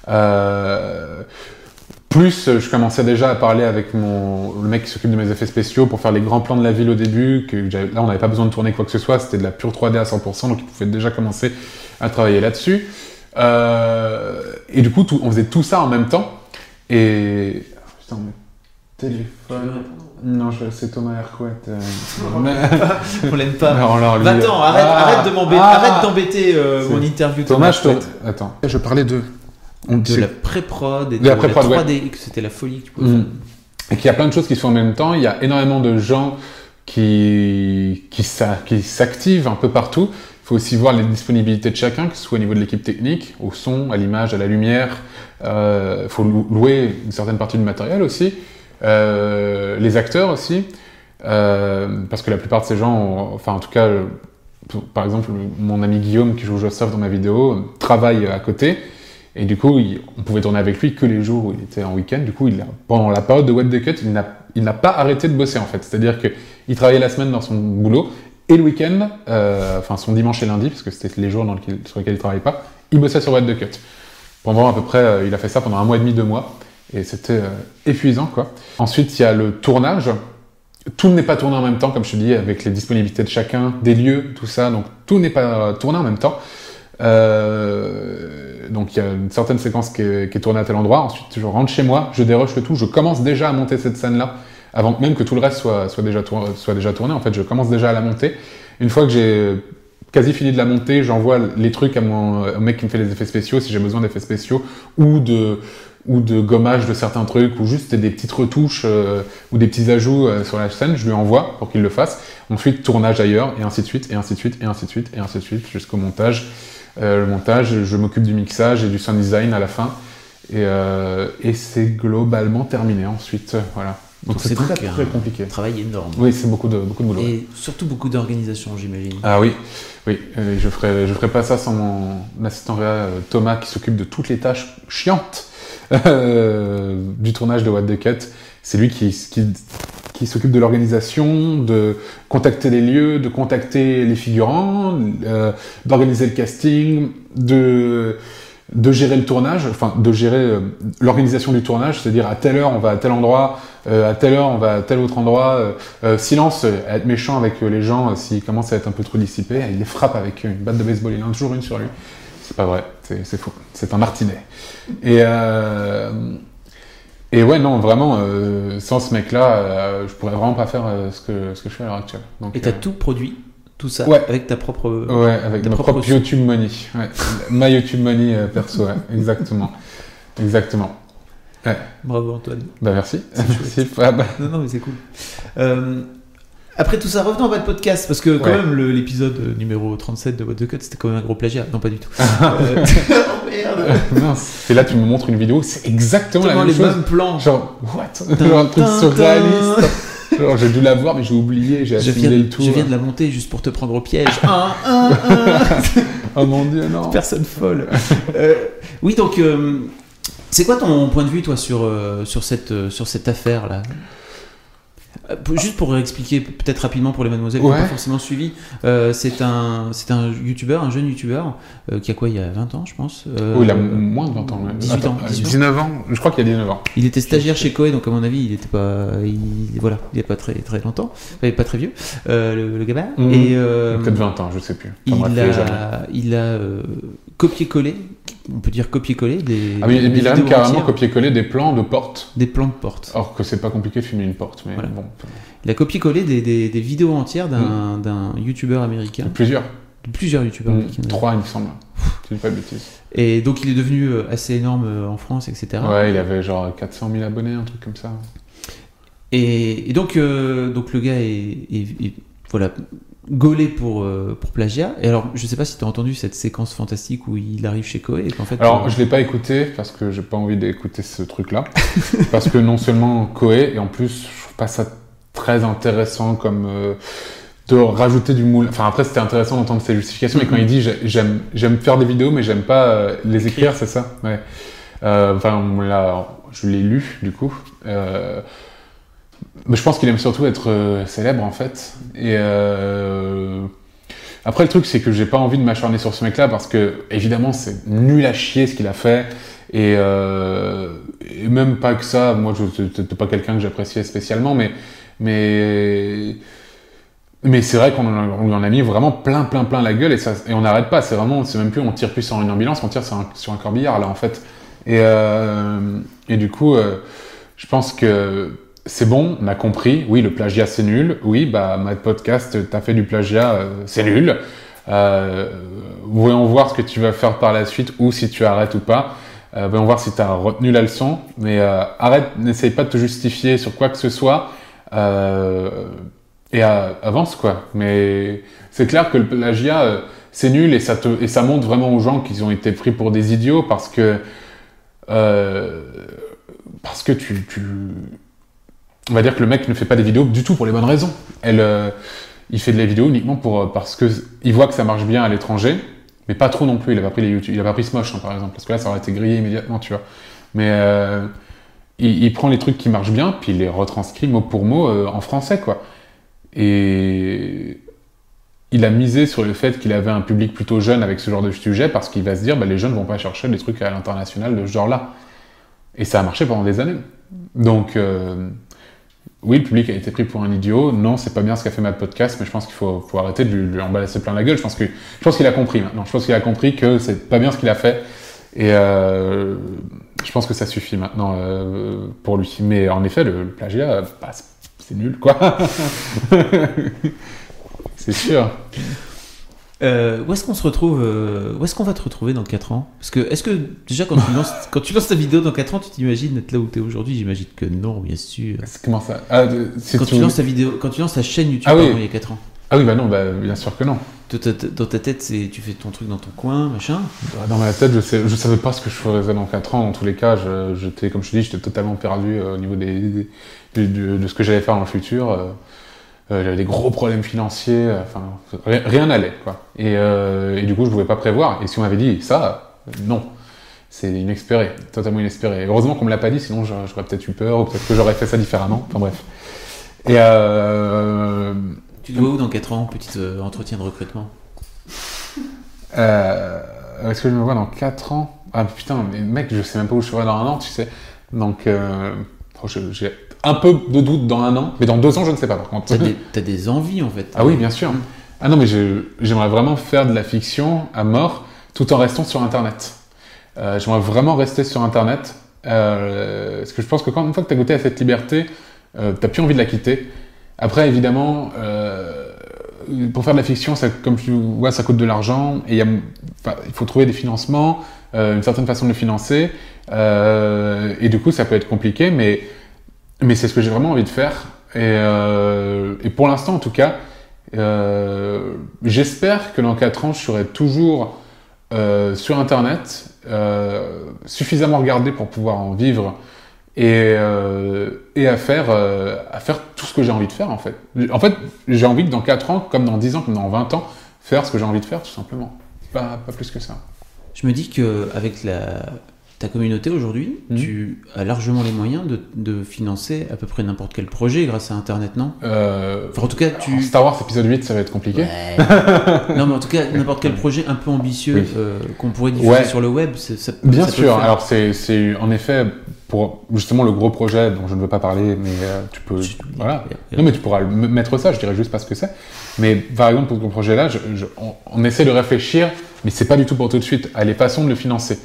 Plus, je commençais déjà à parler avec le mec qui s'occupe de mes effets spéciaux pour faire les grands plans de la ville au début. Là, on n'avait pas besoin de tourner quoi que ce soit, c'était de la pure 3D à 100%, donc il pouvait déjà commencer à travailler là-dessus. Et du coup, on faisait tout ça en même temps. Et... Putain, mon téléphone... Non, c'est Thomas Hercouet. On l'aime pas. Va-t'en, arrête d'embêter mon interview. Thomas, Attends, je parlais de la pré-prod et de la 3D, ouais. Que c'était la folie que tu pouvais faire. Et qu'il y a plein de choses qui se font en même temps. Il y a énormément de gens qui s'activent un peu partout. Il faut aussi voir les disponibilités de chacun, que ce soit au niveau de l'équipe technique, au son, à l'image, à la lumière. Il faut louer une certaine partie du matériel aussi. Les acteurs aussi. Parce que la plupart de ces gens, enfin en tout cas, par exemple, mon ami Guillaume qui joue Joseph dans ma vidéo, travaille à côté. Et du coup, on pouvait tourner avec lui que les jours où il était en week-end. Du coup, pendant la période de What the Cut, il n'a pas arrêté de bosser en fait. C'est-à-dire qu'il travaillait la semaine dans son boulot et le week-end, enfin son dimanche et lundi, parce que c'était les jours sur lesquels il travaillait pas, il bossait sur What the Cut. Pendant à peu près, il a fait ça pendant 1 mois et demi, 2 mois, et c'était épuisant quoi. Ensuite, il y a le tournage. Tout n'est pas tourné en même temps, comme je te dis, avec les disponibilités de chacun, des lieux, tout ça. Donc tout n'est pas tourné en même temps. Donc il y a une certaine séquence qui est tournée à tel endroit. Ensuite, je rentre chez moi, je dérush le tout, je commence déjà à monter cette scène-là, avant même que tout le reste soit déjà tourné. En fait, je commence déjà à la monter. Une fois que j'ai quasi fini de la monter, j'envoie les trucs au mec qui me fait les effets spéciaux, si j'ai besoin d'effets spéciaux, ou de gommage de certains trucs, ou juste des petites retouches ou des petits ajouts sur la scène, je lui envoie pour qu'il le fasse. Ensuite, tournage ailleurs, et ainsi de suite, et ainsi de suite, et ainsi de suite, et ainsi de suite, jusqu'au montage. Le montage, je m'occupe du mixage et du sound design à la fin, et c'est globalement terminé ensuite, voilà. Donc c'est très compliqué. Un travail énorme. Oui, c'est beaucoup de boulot. Et surtout beaucoup d'organisation, j'imagine. Ah oui. Je ferai pas ça sans mon assistant réa Thomas qui s'occupe de toutes les tâches chiantes du tournage de What the Cut. C'est lui qui s'occupe de l'organisation, de contacter les lieux, de contacter les figurants, d'organiser le casting, de gérer le tournage, enfin de gérer l'organisation du tournage, c'est-à-dire à telle heure on va à tel endroit, à telle heure on va à tel autre endroit, silence, être méchant avec les gens s'ils commencent à être un peu trop dissipés, il les frappe avec une batte de baseball, il en a toujours une sur lui. C'est pas vrai, c'est faux, c'est un martinet. Et ouais, non, vraiment, sans ce mec-là, je pourrais vraiment pas faire ce que je fais à l'heure actuelle. Donc, et t'as tout produit, tout ça, avec ta propre... Ouais, avec ma propre YouTube Money. Ouais. Ma YouTube Money perso, ouais, exactement. Exactement. Ouais. Bravo Antoine. Bah merci. Merci. Non, mais c'est cool. Après tout ça, revenons à votre podcast, parce que quand même l'épisode numéro 37 de What the Cut, c'était quand même un gros plagiat. Non, pas du tout. Oh merde. Mince. Et là, tu me montres une vidéo, c'est exactement la même chose. Les mêmes plans. Genre, what? Genre un truc surréaliste. Genre, j'ai dû la voir, mais j'ai oublié, j'ai assimilé le tout. Je viens de la monter juste pour te prendre au piège. Oh mon Dieu, non. Personne folle. Oui, donc, c'est quoi ton point de vue, toi, sur cette affaire-là? Juste pour expliquer peut-être rapidement pour les mademoiselles qui n'ont pas forcément suivi, c'est un youtubeur, un jeune youtubeur qui a quoi, il y a 20 ans je pense. Il a moins de 20 ans. 19 ans, je crois qu'il y a 19 ans. Il était stagiaire chez Koei, donc à mon avis il était pas, il n'est pas très très longtemps, il n'est pas très vieux, le gamin. Et peut-être 20 ans, je sais plus. Il a copié-collé, on peut dire copier-coller des. Ah oui, il a même carrément copié-collé des plans de portes. Des plans de portes. Alors que c'est pas compliqué de filmer une porte, mais bon. Il a copié-collé des vidéos entières d'un youtubeur américain. Plusieurs youtubeurs américains. 3, il me semble. Si je dis pas de bêtises. Et donc il est devenu assez énorme en France, etc. Ouais, il avait genre 400 000 abonnés, un truc comme ça. Et donc le gars est voilà, gaulé pour plagiat. Et alors, je sais pas si tu as entendu cette séquence fantastique où il arrive chez Koei et qu'en fait... Alors, je l'ai pas écouté parce que j'ai pas envie d'écouter ce truc-là. Parce que non seulement Koei, et en plus, je trouve pas ça très intéressant comme... de rajouter du moule. Enfin, après, c'était intéressant d'entendre ses justifications, mais quand il dit j'aime faire des vidéos, mais j'aime pas les écrire, c'est ça? Ouais. Enfin, là, je l'ai lu, du coup. Mais je pense qu'il aime surtout être célèbre, en fait. Et après, le truc, c'est que j'ai pas envie de m'acharner sur ce mec-là, parce que, évidemment, c'est nul à chier ce qu'il a fait. Et même pas que ça, moi, c'était pas quelqu'un que j'appréciais spécialement, mais c'est vrai qu'on lui en a mis vraiment plein la gueule, et on n'arrête pas. C'est même plus, on tire plus sur une ambulance, on tire sur un corbillard, là, en fait. Et du coup, je pense que c'est bon, on a compris. Oui, le plagiat, c'est nul. Oui, Mad Podcast, t'as fait du plagiat, c'est nul. Voyons voir ce que tu vas faire par la suite, ou si tu arrêtes ou pas. Voyons voir si t'as retenu la leçon. Mais arrête, n'essaye pas de te justifier sur quoi que ce soit. Et avance, quoi. Mais c'est clair que le plagiat, c'est nul, et ça montre vraiment aux gens qu'ils ont été pris pour des idiots, parce que on va dire que le mec ne fait pas des vidéos du tout pour les bonnes raisons. Il fait de la vidéo uniquement parce que il voit que ça marche bien à l'étranger, mais pas trop non plus. Il a pas pris Smosh, par exemple, parce que là, ça aurait été grillé immédiatement, tu vois. Mais il prend les trucs qui marchent bien, puis il les retranscrit mot pour mot en français, quoi. Et il a misé sur le fait qu'il avait un public plutôt jeune avec ce genre de sujet, parce qu'il va se dire, les jeunes vont pas chercher des trucs à l'international de ce genre-là. Et ça a marché pendant des années. Donc, oui, le public a été pris pour un idiot. Non, c'est pas bien ce qu'a fait Mad Podcast, mais je pense qu'il faut arrêter de lui embalasser plein la gueule. Je pense qu'il a compris maintenant. Je pense qu'il a compris que c'est pas bien ce qu'il a fait. Et je pense que ça suffit maintenant pour lui. Mais en effet, le plagiat, c'est nul, quoi. C'est sûr. Où est-ce qu'on se retrouve où est-ce qu'on va te retrouver dans 4 ans? Parce que, est-ce que, déjà, quand tu lances ta vidéo dans 4 ans, tu t'imagines être là où tu es aujourd'hui? J'imagine que non, bien sûr. Comment ça? Quand tu lances ta vidéo, quand tu lances ta chaîne YouTube, il y a 4 ans. Ah oui, non, bien sûr que non. Dans ta tête, tu fais ton truc dans ton coin, machin. Dans ma tête, je savais pas ce que je ferais dans 4 ans. Dans tous les cas, j'étais, comme je te dis, j'étais totalement perdu au niveau de ce que j'allais faire dans le futur. J'avais des gros problèmes financiers, rien n'allait, quoi. Et du coup, je pouvais pas prévoir. Et si on m'avait dit ça, non. C'est inespéré, totalement inespéré. Et heureusement qu'on me l'a pas dit, sinon j'aurais peut-être eu peur, ou peut-être que j'aurais fait ça différemment. Enfin bref. Et tu dois où dans 4 ans, petit entretien de recrutement? Est-ce que je me vois dans 4 ans? Ah putain, mais mec, je sais même pas où je serai dans 1 an, tu sais. Donc, j'ai un peu de doute dans 1 an, mais dans 2 ans, je ne sais pas par contre. T'as des envies en fait. Ah oui, bien sûr. Ah non, mais j'aimerais vraiment faire de la fiction à mort tout en restant sur Internet. J'aimerais vraiment rester sur Internet. Parce que je pense que une fois que tu as goûté à cette liberté, t'as plus envie de la quitter. Après, évidemment, pour faire de la fiction, comme tu vois, ça coûte de l'argent et il faut trouver des financements, une certaine façon de le financer. Et du coup, ça peut être compliqué, mais c'est ce que j'ai vraiment envie de faire. Et pour l'instant, en tout cas, j'espère que dans 4 ans, je serai toujours sur Internet, suffisamment regardé pour pouvoir en vivre et à faire tout ce que j'ai envie de faire, en fait. En fait, j'ai envie que dans 4 ans, comme dans 10 ans, comme dans 20 ans, faire ce que j'ai envie de faire, tout simplement. Pas plus que ça. Je me dis qu'avec ta communauté aujourd'hui, tu as largement les moyens de financer à peu près n'importe quel projet grâce à Internet, non? En tout cas, Star Wars épisode 8, ça va être compliqué. Ouais. Non, mais en tout cas, n'importe quel projet un peu ambitieux qu'on pourrait diffuser sur le web, bien sûr. Alors, c'est en effet pour justement le gros projet dont je ne veux pas parler, mais tu peux. Voilà. Non, mais tu pourras mettre ça, je dirais juste pas ce que c'est. Mais par exemple, pour ce projet-là, on essaie de réfléchir, mais c'est pas du tout pour tout de suite, à les façons de le financer.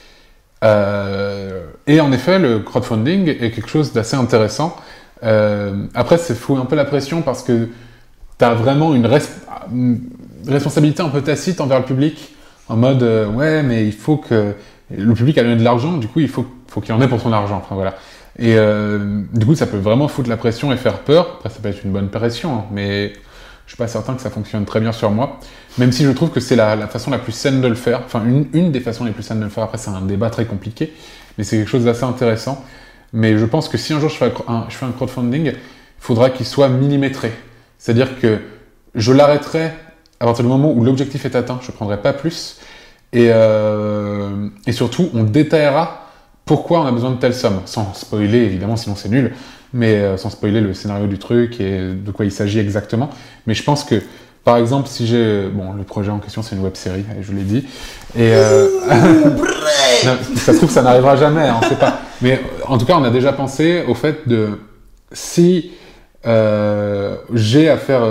Et en effet, le crowdfunding est quelque chose d'assez intéressant. Après, ça fout un peu la pression parce que tu as vraiment une responsabilité un peu tacite envers le public, en mode ouais, mais il faut que le public a donné de l'argent, du coup, il faut qu'il en ait pour son argent. Enfin voilà. Et du coup, ça peut vraiment foutre la pression et faire peur. Après, ça peut être une bonne pression, hein, mais je suis pas certain que ça fonctionne très bien sur moi. Même si je trouve que c'est la façon la plus saine de le faire. Enfin, une des façons les plus saines de le faire. Après, c'est un débat très compliqué, mais c'est quelque chose d'assez intéressant. Mais je pense que si un jour je fais un crowdfunding, il faudra qu'il soit millimétré. C'est-à-dire que je l'arrêterai à partir du moment où l'objectif est atteint. Je ne prendrai pas plus. Et surtout, on détaillera pourquoi on a besoin de telle somme. Sans spoiler, évidemment, sinon c'est nul. Mais sans spoiler le scénario du truc et de quoi il s'agit exactement. Mais je pense que, par exemple, si j'ai... Bon, le projet en question, c'est une web-série, je vous l'ai dit. Et non, ça se trouve, ça n'arrivera jamais, on ne sait pas. Mais en tout cas, on a déjà pensé au fait de... Si j'ai à faire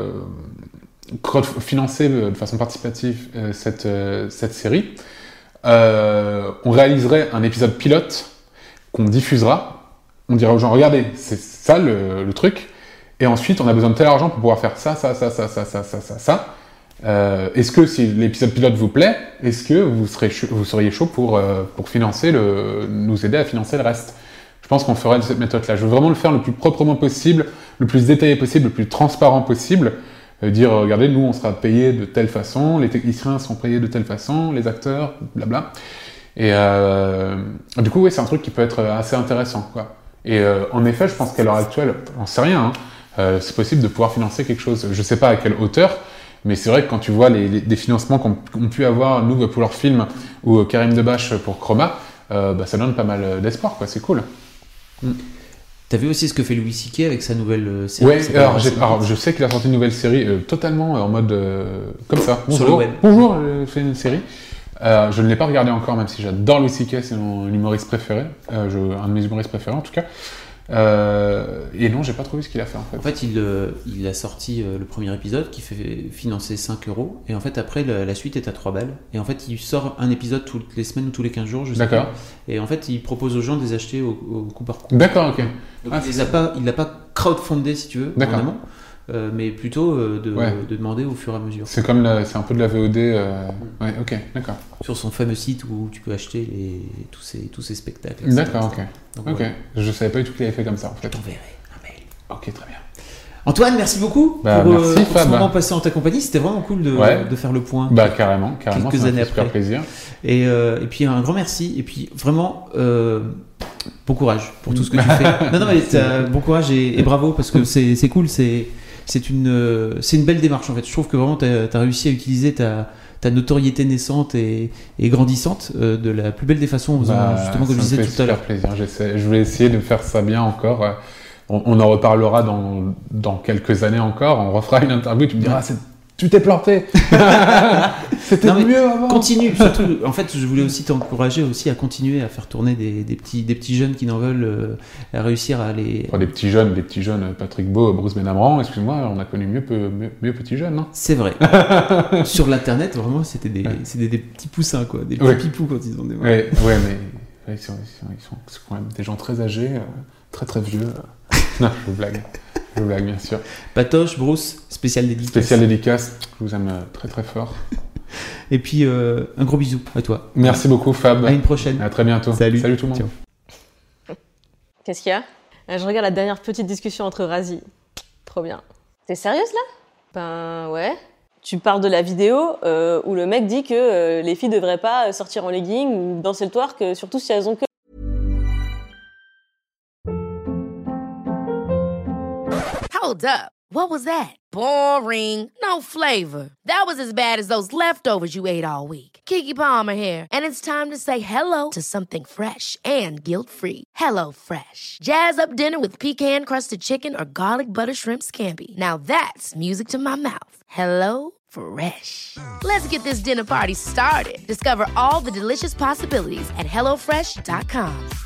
financer de façon participative cette série, on réaliserait un épisode pilote qu'on diffusera. On dira aux gens, regardez, c'est ça le truc. Et ensuite, on a besoin de tel argent pour pouvoir faire ça. Est-ce que si l'épisode pilote vous plaît, est-ce que vous seriez chaud pour financer nous aider à financer le reste? Je pense qu'on ferait de cette méthode-là. Je veux vraiment le faire le plus proprement possible, le plus détaillé possible, le plus transparent possible. Dire, regardez, nous, on sera payés de telle façon, les techniciens seront payés de telle façon, les acteurs, blabla. Et du coup, oui, c'est un truc qui peut être assez intéressant, quoi. Et en effet, je pense qu'à l'heure actuelle, on sait rien, hein, c'est possible de pouvoir financer quelque chose. Je sais pas à quelle hauteur, mais c'est vrai que quand tu vois des financements qu'ont pu avoir nous pour leur film ou Karim Debache pour Chroma, ça donne pas mal d'espoir, quoi. C'est cool. T'as vu aussi ce que fait Louis C.K. avec sa nouvelle série? Ouais, alors je sais qu'il a sorti une nouvelle série totalement en mode comme ça. Bonjour, sur le web. Bonjour, j'ai fait une série. Je ne l'ai pas regardé encore, même si j'adore Louis C.K., c'est mon humoriste préféré, un de mes humoristes préférés en tout cas. Et non, j'ai pas trouvé ce qu'il a fait en fait. En fait, il a sorti le premier épisode qui fait financer 5 €. Et en fait, après, la suite est à 3 balles. Et en fait, il sort un épisode toutes les semaines ou tous les 15 jours, je sais D'accord. pas. Et en fait, il propose aux gens de les acheter au coup par coup. D'accord, ok. Donc, il l'a pas crowdfundé, si tu veux, D'accord. en amont, mais plutôt de demander au fur et à mesure. C'est comme c'est un peu de la VOD. Ouais, ok, d'accord. Sur son fameux site où tu peux acheter tous ces spectacles. D'accord, ok. Donc, Ok. ouais. Je savais pas du tout qu'il avait fait comme ça en fait. Je t'enverrai un mail. Ok, très bien. Antoine, merci beaucoup Merci, pour ce Fab. moment passé en ta compagnie. C'était vraiment cool de faire le point. Bah carrément. Quelques ça années m'a fait super après. plaisir. Et puis un grand merci. Et puis vraiment, bon courage pour tout ce que tu fais. Non, mais bon courage et bravo parce que c'est cool. C'est une belle démarche en fait. Je trouve que vraiment t'as réussi à utiliser ta notoriété naissante et grandissante de la plus belle des façons en faisant justement comme je disais tout à l'heure. Ça me fait super plaisir. Je vais essayer de faire ça bien encore. On en reparlera dans quelques années encore. On refera une interview. Tu me diras, tu t'es planté. C'était mieux avant. Continue. Surtout, en fait, je voulais aussi t'encourager aussi à continuer à faire tourner des petits jeunes qui n'en veulent, à réussir à aller. Enfin, des petits jeunes, Patrick Beau, Bruce Benamran. Excuse-moi, on a connu mieux petits jeunes, non? C'est vrai. Sur l'internet, vraiment, c'était des petits poussins, quoi, des petits pipous quand ils ont des. Ouais, mais ils sont quand même des gens très âgés, très très vieux. Non, je blague bien sûr. Patoche, Bruce, spécial dédicace. Spécial dédicace, je vous aime très très fort. Et puis un gros bisou à toi. Merci beaucoup Fab. À une prochaine. À très bientôt. Salut tout le monde. Ciao. Qu'est-ce qu'il y a? Je regarde la dernière petite discussion entre Razi. Trop bien. T'es sérieuse là? Ben ouais. Tu parles de la vidéo où le mec dit que les filles devraient pas sortir en legging ou danser le twerk, surtout si elles ont que... Hold up. What was that? Boring. No flavor. That was as bad as those leftovers you ate all week. Keke Palmer here, and it's time to say hello to something fresh and guilt-free. Hello Fresh. Jazz up dinner with pecan-crusted chicken or garlic butter shrimp scampi. Now that's music to my mouth. Hello Fresh. Let's get this dinner party started. Discover all the delicious possibilities at HelloFresh.com.